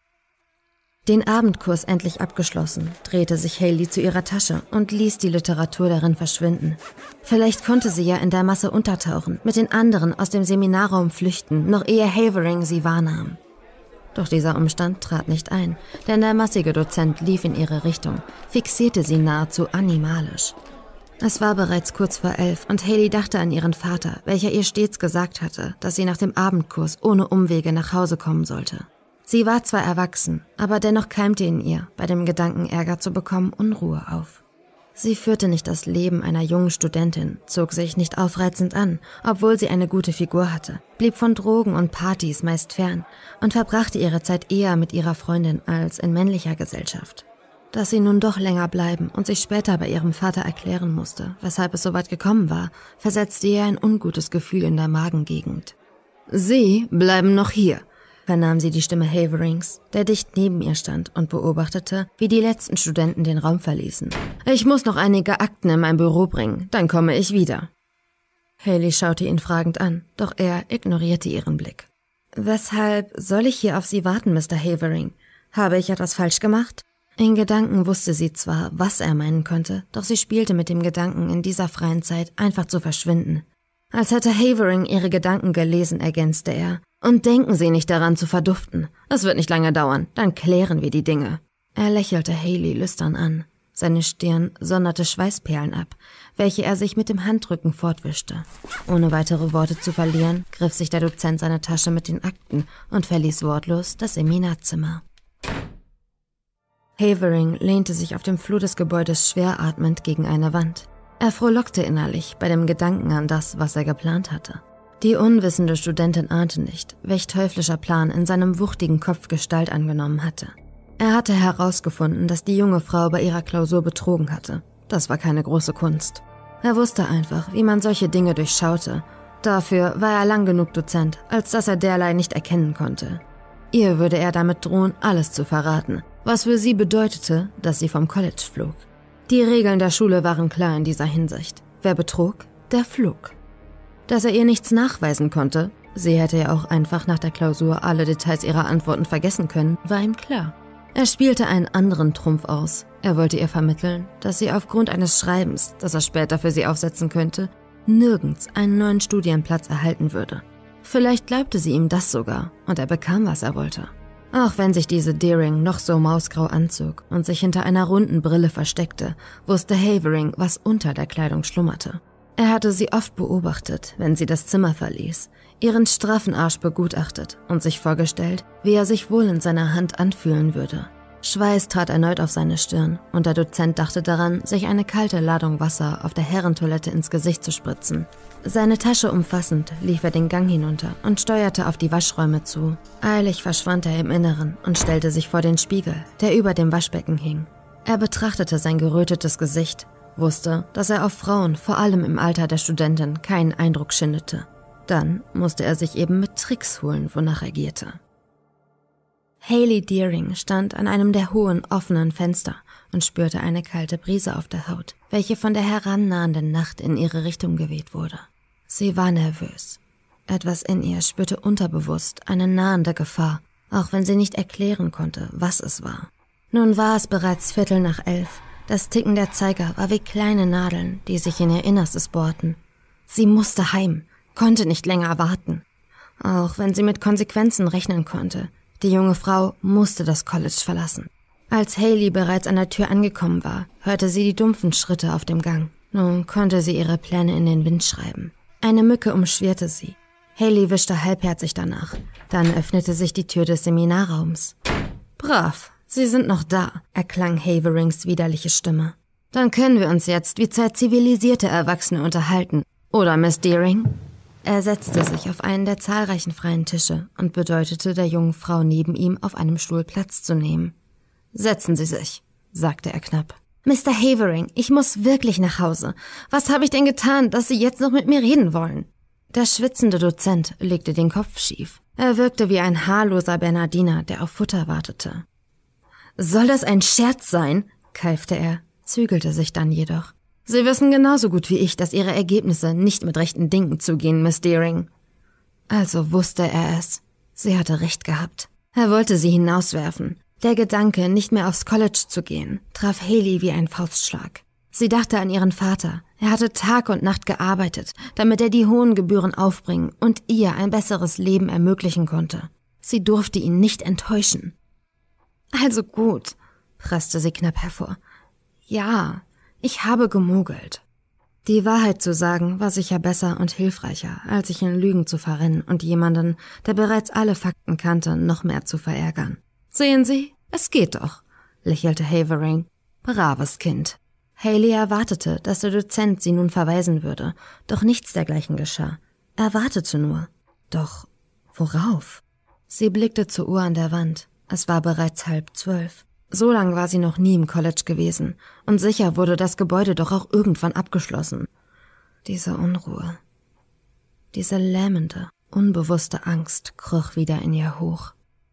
S3: Den Abendkurs endlich abgeschlossen, drehte sich Haley zu ihrer Tasche und ließ die Literatur darin verschwinden. Vielleicht konnte sie ja in der Masse untertauchen, mit den anderen aus dem Seminarraum flüchten, noch ehe Havering sie wahrnahm. Doch dieser Umstand trat nicht ein, denn der massige Dozent lief in ihre Richtung, fixierte sie nahezu animalisch. Es war bereits kurz vor elf und Haley dachte an ihren Vater, welcher ihr stets gesagt hatte, dass sie nach dem Abendkurs ohne Umwege nach Hause kommen sollte. Sie war zwar erwachsen, aber dennoch keimte in ihr, bei dem Gedanken Ärger zu bekommen, Unruhe auf. Sie führte nicht das Leben einer jungen Studentin, zog sich nicht aufreizend an, obwohl sie eine gute Figur hatte, blieb von Drogen und Partys meist fern und verbrachte ihre Zeit eher mit ihrer Freundin als in männlicher Gesellschaft. Dass sie nun doch länger bleiben und sich später bei ihrem Vater erklären musste, weshalb es so weit gekommen war, versetzte ihr ein ungutes Gefühl in der Magengegend. »Sie bleiben noch hier«, vernahm sie die Stimme Haverings, der dicht neben ihr stand und beobachtete, wie die letzten Studenten den Raum verließen. »Ich muss noch einige Akten in mein Büro bringen, dann komme ich wieder.« Haley schaute ihn fragend an, doch er ignorierte ihren Blick. »Weshalb soll ich hier auf Sie warten, Mister Havering? Habe ich etwas falsch gemacht?« In Gedanken wusste sie zwar, was er meinen könnte, doch sie spielte mit dem Gedanken, in dieser freien Zeit einfach zu verschwinden. Als hätte Havering ihre Gedanken gelesen, ergänzte er. »Und denken Sie nicht daran zu verduften. Es wird nicht lange dauern, dann klären wir die Dinge.« Er lächelte Haley lüstern an. Seine Stirn sonderte Schweißperlen ab, welche er sich mit dem Handrücken fortwischte. Ohne weitere Worte zu verlieren, griff sich der Dozent seine Tasche mit den Akten und verließ wortlos das Seminarzimmer. Havering lehnte sich auf dem Flur des Gebäudes schwer atmend gegen eine Wand. Er frohlockte innerlich bei dem Gedanken an das, was er geplant hatte. Die unwissende Studentin ahnte nicht, welch teuflischer Plan in seinem wuchtigen Kopf Gestalt angenommen hatte. Er hatte herausgefunden, dass die junge Frau bei ihrer Klausur betrogen hatte. Das war keine große Kunst. Er wusste einfach, wie man solche Dinge durchschaute. Dafür war er lang genug Dozent, als dass er derlei nicht erkennen konnte. Ihr würde er damit drohen, alles zu verraten, was für sie bedeutete, dass sie vom College flog. Die Regeln der Schule waren klar in dieser Hinsicht. Wer betrog, der flog. Dass er ihr nichts nachweisen konnte, sie hätte ja auch einfach nach der Klausur alle Details ihrer Antworten vergessen können, war ihm klar. Er spielte einen anderen Trumpf aus. Er wollte ihr vermitteln, dass sie aufgrund eines Schreibens, das er später für sie aufsetzen könnte, nirgends einen neuen Studienplatz erhalten würde. Vielleicht glaubte sie ihm das sogar und er bekam, was er wollte. Auch wenn sich diese Deering noch so mausgrau anzog und sich hinter einer runden Brille versteckte, wusste Havering, was unter der Kleidung schlummerte. Er hatte sie oft beobachtet, wenn sie das Zimmer verließ, ihren straffen Arsch begutachtet und sich vorgestellt, wie er sich wohl in seiner Hand anfühlen würde. Schweiß trat erneut auf seine Stirn und der Dozent dachte daran, sich eine kalte Ladung Wasser auf der Herrentoilette ins Gesicht zu spritzen. Seine Tasche umfassend lief er den Gang hinunter und steuerte auf die Waschräume zu. Eilig verschwand er im Inneren und stellte sich vor den Spiegel, der über dem Waschbecken hing. Er betrachtete sein gerötetes Gesicht, wusste, dass er auf Frauen, vor allem im Alter der Studentin, keinen Eindruck schindete. Dann musste er sich eben mit Tricks holen, wonach er gierte. Haley Deering stand an einem der hohen, offenen Fenster und spürte eine kalte Brise auf der Haut, welche von der herannahenden Nacht in ihre Richtung geweht wurde. Sie war nervös. Etwas in ihr spürte unterbewusst eine nahende Gefahr auch wenn sie nicht erklären konnte, was es war. Nun war es bereits Viertel nach elf. Das Ticken der Zeiger war wie kleine Nadeln, die sich in ihr Innerstes bohrten. Sie musste heim, konnte nicht länger warten. Auch wenn sie mit Konsequenzen rechnen konnte. Die junge Frau musste das College verlassen. Als Hailey bereits an der Tür angekommen war, hörte sie die dumpfen Schritte auf dem Gang. Nun konnte sie ihre Pläne in den Wind schreiben. Eine Mücke umschwirrte sie. Hailey wischte halbherzig danach. Dann öffnete sich die Tür des Seminarraums. »Brav, Sie sind noch da«, erklang Haverings widerliche Stimme. »Dann können wir uns jetzt wie zwei zivilisierte Erwachsene unterhalten. Oder, Miss Deering?« Er setzte sich auf einen der zahlreichen freien Tische und bedeutete der jungen Frau neben ihm, auf einem Stuhl Platz zu nehmen. »Setzen Sie sich«, sagte er knapp. »Mister Havering, ich muss wirklich nach Hause. Was habe ich denn getan, dass Sie jetzt noch mit mir reden wollen?« Der schwitzende Dozent legte den Kopf schief. Er wirkte wie ein haarloser Bernardiner, der auf Futter wartete. »Soll das ein Scherz sein?«, keifte er, zügelte sich dann jedoch. »Sie wissen genauso gut wie ich, dass Ihre Ergebnisse nicht mit rechten Dingen zugehen, Miss Deering.« Also wusste er es. Sie hatte recht gehabt. Er wollte sie hinauswerfen. Der Gedanke, nicht mehr aufs College zu gehen, traf Hailey wie ein Faustschlag. Sie dachte an ihren Vater. Er hatte Tag und Nacht gearbeitet, damit er die hohen Gebühren aufbringen und ihr ein besseres Leben ermöglichen konnte. Sie durfte ihn nicht enttäuschen. »Also gut«, presste sie knapp hervor. »Ja, ich habe gemogelt.« Die Wahrheit zu sagen war sicher besser und hilfreicher, als sich in Lügen zu verrennen und jemanden, der bereits alle Fakten kannte, noch mehr zu verärgern. »Sehen Sie, es geht doch«, lächelte Havering. »Braves Kind.« Hailey erwartete, dass der Dozent sie nun verweisen würde, doch nichts dergleichen geschah. Er wartete nur. Doch worauf? Sie blickte zur Uhr an der Wand. Es war bereits halb zwölf. So lang war sie noch nie im College gewesen, und sicher wurde das Gebäude doch auch irgendwann abgeschlossen. Diese Unruhe, diese lähmende, unbewusste Angst kroch wieder in ihr hoch.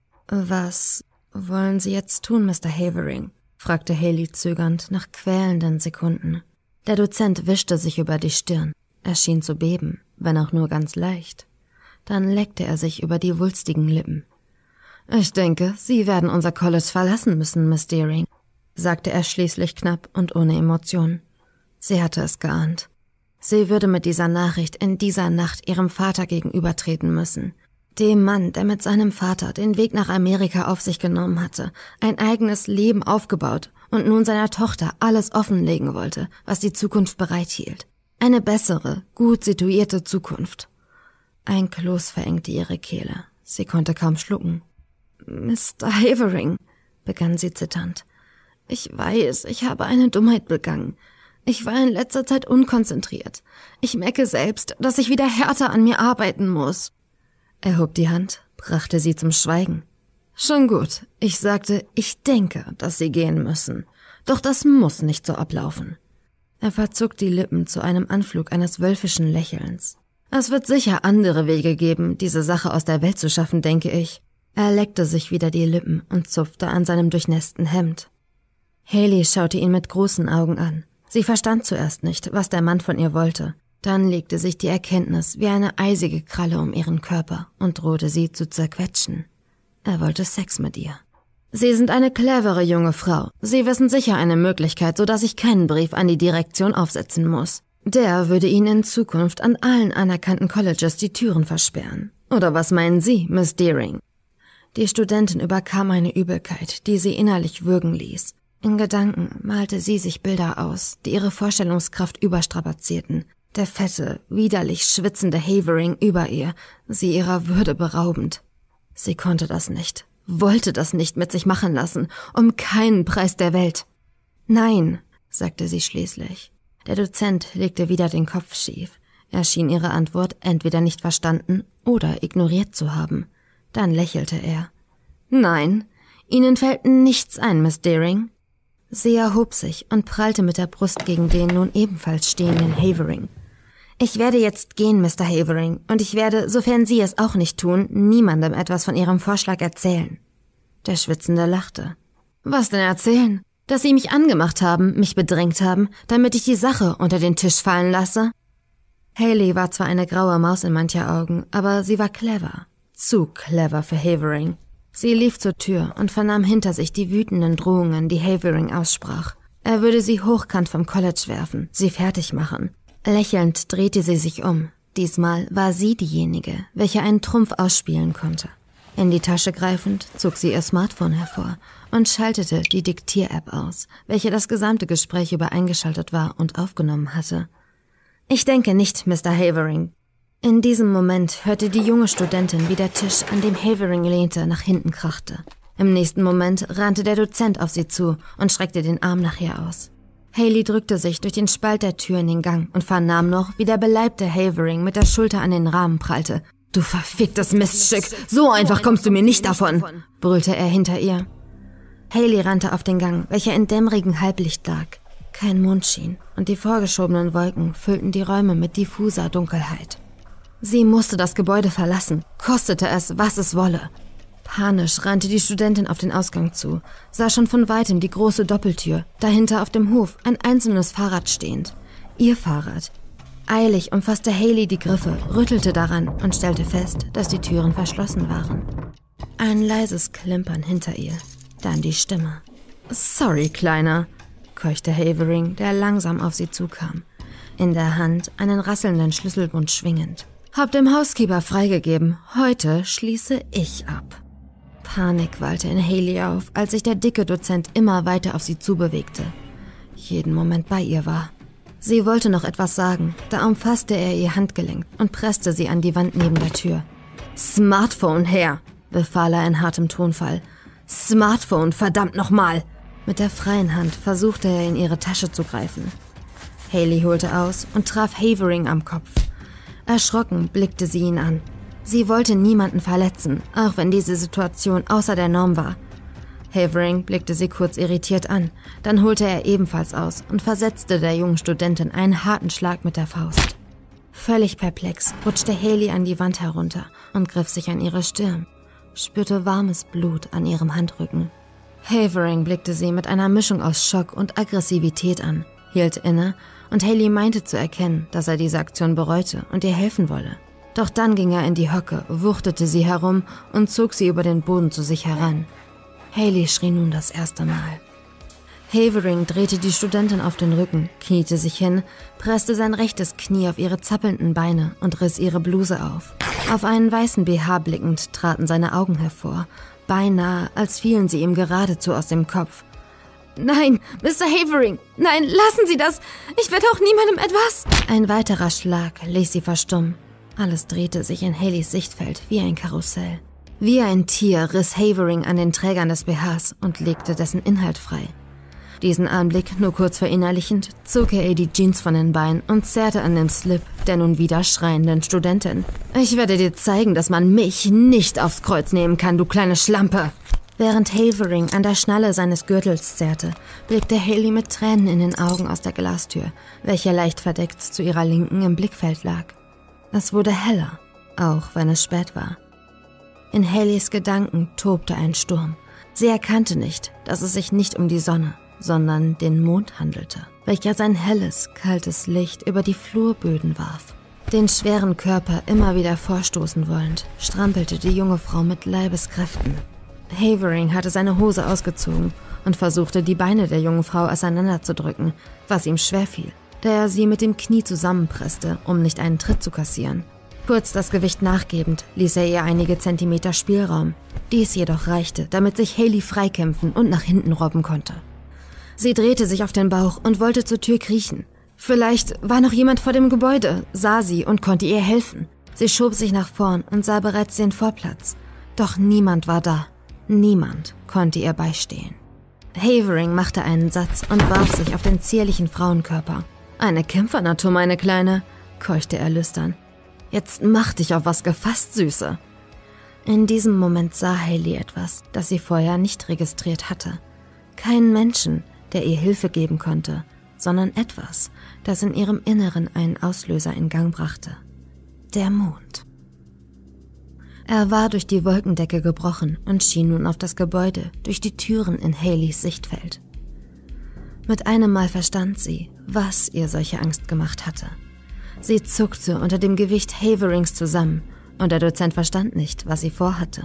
S3: »Was wollen Sie jetzt tun, Mister Havering?« fragte Hailey zögernd nach quälenden Sekunden. Der Dozent wischte sich über die Stirn. Er schien zu beben, wenn auch nur ganz leicht. Dann leckte er sich über die wulstigen Lippen. »Ich denke, Sie werden unser College verlassen müssen, Miss Deering«, sagte er schließlich knapp und ohne Emotion. Sie hatte es geahnt. Sie würde mit dieser Nachricht in dieser Nacht ihrem Vater gegenübertreten müssen. Dem Mann, der mit seinem Vater den Weg nach Amerika auf sich genommen hatte, ein eigenes Leben aufgebaut und nun seiner Tochter alles offenlegen wollte, was die Zukunft bereithielt. Eine bessere, gut situierte Zukunft. Ein Kloß verengte ihre Kehle. Sie konnte kaum schlucken. »Mister Havering«, begann sie zitternd. »Ich weiß, ich habe eine Dummheit begangen. Ich war in letzter Zeit unkonzentriert. Ich merke selbst, dass ich wieder härter an mir arbeiten muss.« Er hob die Hand, brachte sie zum Schweigen. »Schon gut. Ich sagte, ich denke, dass Sie gehen müssen. Doch das muss nicht so ablaufen.« Er verzog die Lippen zu einem Anflug eines wölfischen Lächelns. »Es wird sicher andere Wege geben, diese Sache aus der Welt zu schaffen, denke ich.« Er leckte sich wieder die Lippen und zupfte an seinem durchnässten Hemd. Hailey schaute ihn mit großen Augen an. Sie verstand zuerst nicht, was der Mann von ihr wollte. Dann legte sich die Erkenntnis wie eine eisige Kralle um ihren Körper und drohte sie zu zerquetschen. Er wollte Sex mit ihr. »Sie sind eine clevere junge Frau. Sie wissen sicher eine Möglichkeit, sodass ich keinen Brief an die Direktion aufsetzen muss. Der würde Ihnen in Zukunft an allen anerkannten Colleges die Türen versperren. Oder was meinen Sie, Miss Deering?« Die Studentin überkam eine Übelkeit, die sie innerlich würgen ließ. In Gedanken malte sie sich Bilder aus, die ihre Vorstellungskraft überstrapazierten. Der fette, widerlich schwitzende Havering über ihr, sie ihrer Würde beraubend. Sie konnte das nicht, wollte das nicht mit sich machen lassen, um keinen Preis der Welt. »Nein«, sagte sie schließlich. Der Dozent legte wieder den Kopf schief. Er schien ihre Antwort entweder nicht verstanden oder ignoriert zu haben. Dann lächelte er. »Nein, Ihnen fällt nichts ein, Miss Deering.« Sie erhob sich und prallte mit der Brust gegen den nun ebenfalls stehenden Havering. »Ich werde jetzt gehen, Mister Havering, und ich werde, sofern Sie es auch nicht tun, niemandem etwas von Ihrem Vorschlag erzählen.« Der Schwitzende lachte. »Was denn erzählen? Dass Sie mich angemacht haben, mich bedrängt haben, damit ich die Sache unter den Tisch fallen lasse?« Hailey war zwar eine graue Maus in mancher Augen, aber sie war clever. Zu clever für Havering. Sie lief zur Tür und vernahm hinter sich die wütenden Drohungen, die Havering aussprach. Er würde sie hochkant vom College werfen, sie fertig machen. Lächelnd drehte sie sich um. Diesmal war sie diejenige, welche einen Trumpf ausspielen konnte. In die Tasche greifend zog sie ihr Smartphone hervor und schaltete die Diktier-App aus, welche das gesamte Gespräch über eingeschaltet war und aufgenommen hatte. »Ich denke nicht, Mister Havering.« In diesem Moment hörte die junge Studentin, wie der Tisch, an dem Havering lehnte, nach hinten krachte. Im nächsten Moment rannte der Dozent auf sie zu und streckte den Arm nach ihr aus. Hailey drückte sich durch den Spalt der Tür in den Gang und vernahm noch, wie der beleibte Havering mit der Schulter an den Rahmen prallte. »Du verficktes Miststück, so einfach kommst du mir nicht davon«, brüllte er hinter ihr. Hailey rannte auf den Gang, welcher in dämmrigem Halblicht lag. Kein Mond schien und die vorgeschobenen Wolken füllten die Räume mit diffuser Dunkelheit. Sie musste das Gebäude verlassen, kostete es, was es wolle. Panisch rannte die Studentin auf den Ausgang zu, sah schon von weitem die große Doppeltür, dahinter auf dem Hof ein einzelnes Fahrrad stehend. Ihr Fahrrad. Eilig umfasste Hailey die Griffe, rüttelte daran und stellte fest, dass die Türen verschlossen waren. Ein leises Klimpern hinter ihr, dann die Stimme. »Sorry, Kleiner«, keuchte Havering, der langsam auf sie zukam, in der Hand einen rasselnden Schlüsselbund schwingend. »Hab dem Housekeeper freigegeben, heute schließe ich ab.« Panik wallte in Hailey auf, als sich der dicke Dozent immer weiter auf sie zubewegte. Jeden Moment bei ihr war. Sie wollte noch etwas sagen, da umfasste er ihr Handgelenk und presste sie an die Wand neben der Tür. »Smartphone her«, befahl er in hartem Tonfall. »Smartphone, verdammt nochmal!« Mit der freien Hand versuchte er, in ihre Tasche zu greifen. Hailey holte aus und traf Havering am Kopf. Erschrocken blickte sie ihn an. Sie wollte niemanden verletzen, auch wenn diese Situation außer der Norm war. Havering blickte sie kurz irritiert an, dann holte er ebenfalls aus und versetzte der jungen Studentin einen harten Schlag mit der Faust. Völlig perplex rutschte Hailey an die Wand herunter und griff sich an ihre Stirn, spürte warmes Blut an ihrem Handrücken. Havering blickte sie mit einer Mischung aus Schock und Aggressivität an, hielt inne und Hailey meinte zu erkennen, dass er diese Aktion bereute und ihr helfen wolle. Doch dann ging er in die Hocke, wuchtete sie herum und zog sie über den Boden zu sich heran. Hailey schrie nun das erste Mal. Havering drehte die Studentin auf den Rücken, kniete sich hin, presste sein rechtes Knie auf ihre zappelnden Beine und riss ihre Bluse auf. Auf einen weißen B H blickend traten seine Augen hervor, beinahe als fielen sie ihm geradezu aus dem Kopf. »Nein, Mister Havering, nein, lassen Sie das! Ich werde auch niemandem etwas!« Ein weiterer Schlag ließ sie verstummen. Alles drehte sich in Haileys Sichtfeld wie ein Karussell. Wie ein Tier riss Havering an den Trägern des B Hs und legte dessen Inhalt frei. Diesen Anblick nur kurz verinnerlichend, zog er ihr die Jeans von den Beinen und zerrte an dem Slip der nun wieder schreienden Studentin. »Ich werde dir zeigen, dass man mich nicht aufs Kreuz nehmen kann, du kleine Schlampe!« Während Havering an der Schnalle seines Gürtels zerrte, blickte Hailey mit Tränen in den Augen aus der Glastür, welche leicht verdeckt zu ihrer Linken im Blickfeld lag. Es wurde heller, auch wenn es spät war. In Haileys Gedanken tobte ein Sturm. Sie erkannte nicht, dass es sich nicht um die Sonne, sondern den Mond handelte, welcher sein helles, kaltes Licht über die Flurböden warf. Den schweren Körper immer wieder vorstoßen wollend, strampelte die junge Frau mit Leibeskräften. Havering hatte seine Hose ausgezogen und versuchte, die Beine der jungen Frau auseinanderzudrücken, was ihm schwerfiel, da er sie mit dem Knie zusammenpresste, um nicht einen Tritt zu kassieren. Kurz das Gewicht nachgebend, ließ er ihr einige Zentimeter Spielraum. Dies jedoch reichte, damit sich Hailey freikämpfen und nach hinten robben konnte. Sie drehte sich auf den Bauch und wollte zur Tür kriechen. Vielleicht war noch jemand vor dem Gebäude, sah sie und konnte ihr helfen. Sie schob sich nach vorn und sah bereits den Vorplatz. Doch niemand war da. Niemand konnte ihr beistehen. Havering machte einen Satz und warf sich auf den zierlichen Frauenkörper. »Eine Kämpfernatur, meine Kleine«, keuchte er lüstern. »Jetzt mach dich auf was gefasst, Süße.« In diesem Moment sah Hailey etwas, das sie vorher nicht registriert hatte. Keinen Menschen, der ihr Hilfe geben konnte, sondern etwas, das in ihrem Inneren einen Auslöser in Gang brachte. Der Mond. Er war durch die Wolkendecke gebrochen und schien nun auf das Gebäude durch die Türen in Haileys Sichtfeld. Mit einem Mal verstand sie, was ihr solche Angst gemacht hatte. Sie zuckte unter dem Gewicht Haverings zusammen und der Dozent verstand nicht, was sie vorhatte.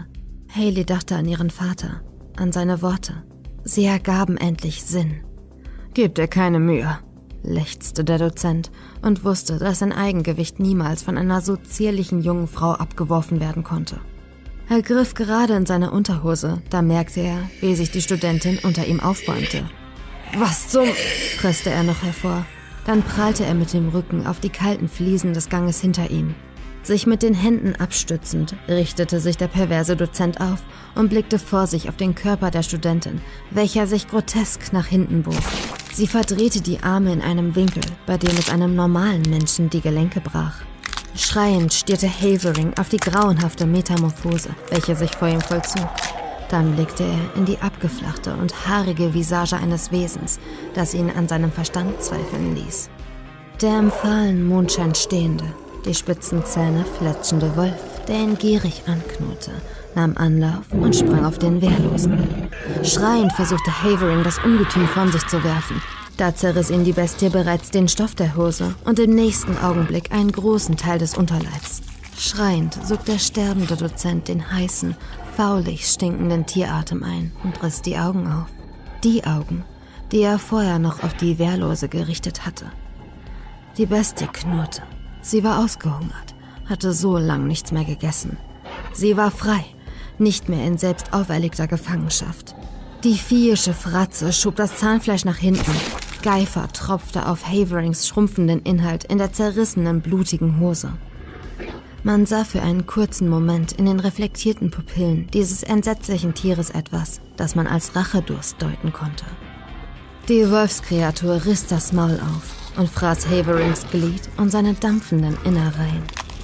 S3: Haley dachte an ihren Vater, an seine Worte. Sie ergaben endlich Sinn. »Gib dir keine Mühe«, lechzte der Dozent und wusste, dass sein Eigengewicht niemals von einer so zierlichen jungen Frau abgeworfen werden konnte. Er griff gerade in seine Unterhose, da merkte er, wie sich die Studentin unter ihm aufbäumte. »Was zum…« presste er noch hervor. Dann prallte er mit dem Rücken auf die kalten Fliesen des Ganges hinter ihm. Sich mit den Händen abstützend, richtete sich der perverse Dozent auf und blickte vor sich auf den Körper der Studentin, welcher sich grotesk nach hinten bog. Sie verdrehte die Arme in einem Winkel, bei dem es einem normalen Menschen die Gelenke brach. Schreiend stierte Havering auf die grauenhafte Metamorphose, welche sich vor ihm vollzog. Dann blickte er in die abgeflachte und haarige Visage eines Wesens, das ihn an seinem Verstand zweifeln ließ. Der im fahlen Mondschein stehende, die spitzen Zähne fletschende Wolf, der ihn gierig anknurrte, nahm Anlauf und sprang auf den Wehrlosen. Schreiend versuchte Havering, das Ungetüm von sich zu werfen. Da zerriss ihm die Bestie bereits den Stoff der Hose und im nächsten Augenblick einen großen Teil des Unterleibs. Schreiend sog der sterbende Dozent den heißen, faulig stinkenden Tieratem ein und riss die Augen auf. Die Augen, die er vorher noch auf die Wehrlose gerichtet hatte. Die Bestie knurrte. Sie war ausgehungert, hatte so lang nichts mehr gegessen. Sie war frei, nicht mehr in selbst auferlegter Gefangenschaft. Die viehische Fratze schob das Zahnfleisch nach hinten. Geifer tropfte auf Haverings schrumpfenden Inhalt in der zerrissenen, blutigen Hose. Man sah für einen kurzen Moment in den reflektierten Pupillen dieses entsetzlichen Tieres etwas, das man als Rachedurst deuten konnte. Die Wolfskreatur riss das Maul auf und fraß Haverings Glied und seine dampfenden Innereien.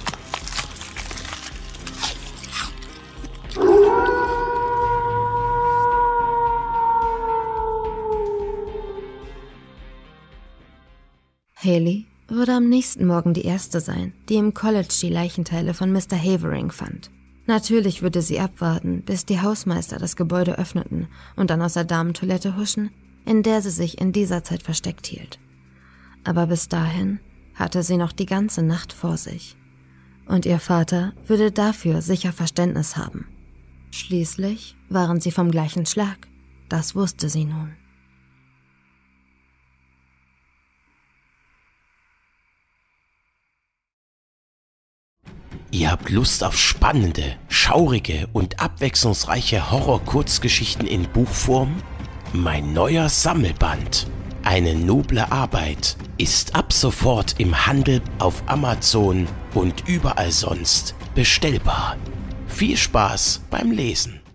S3: Haley würde am nächsten Morgen die Erste sein, die im College die Leichenteile von Mister Havering fand. Natürlich würde sie abwarten, bis die Hausmeister das Gebäude öffneten und dann aus der Damentoilette huschen, in der sie sich in dieser Zeit versteckt hielt. Aber bis dahin hatte sie noch die ganze Nacht vor sich. Und ihr Vater würde dafür sicher Verständnis haben. Schließlich waren sie vom gleichen Schlag. Das wusste sie nun.
S1: Ihr habt Lust auf spannende, schaurige und abwechslungsreiche Horror-Kurzgeschichten in Buchform? Mein neuer Sammelband, Eine noble Arbeit, ist ab sofort im Handel auf Amazon und überall sonst bestellbar. Viel Spaß beim Lesen!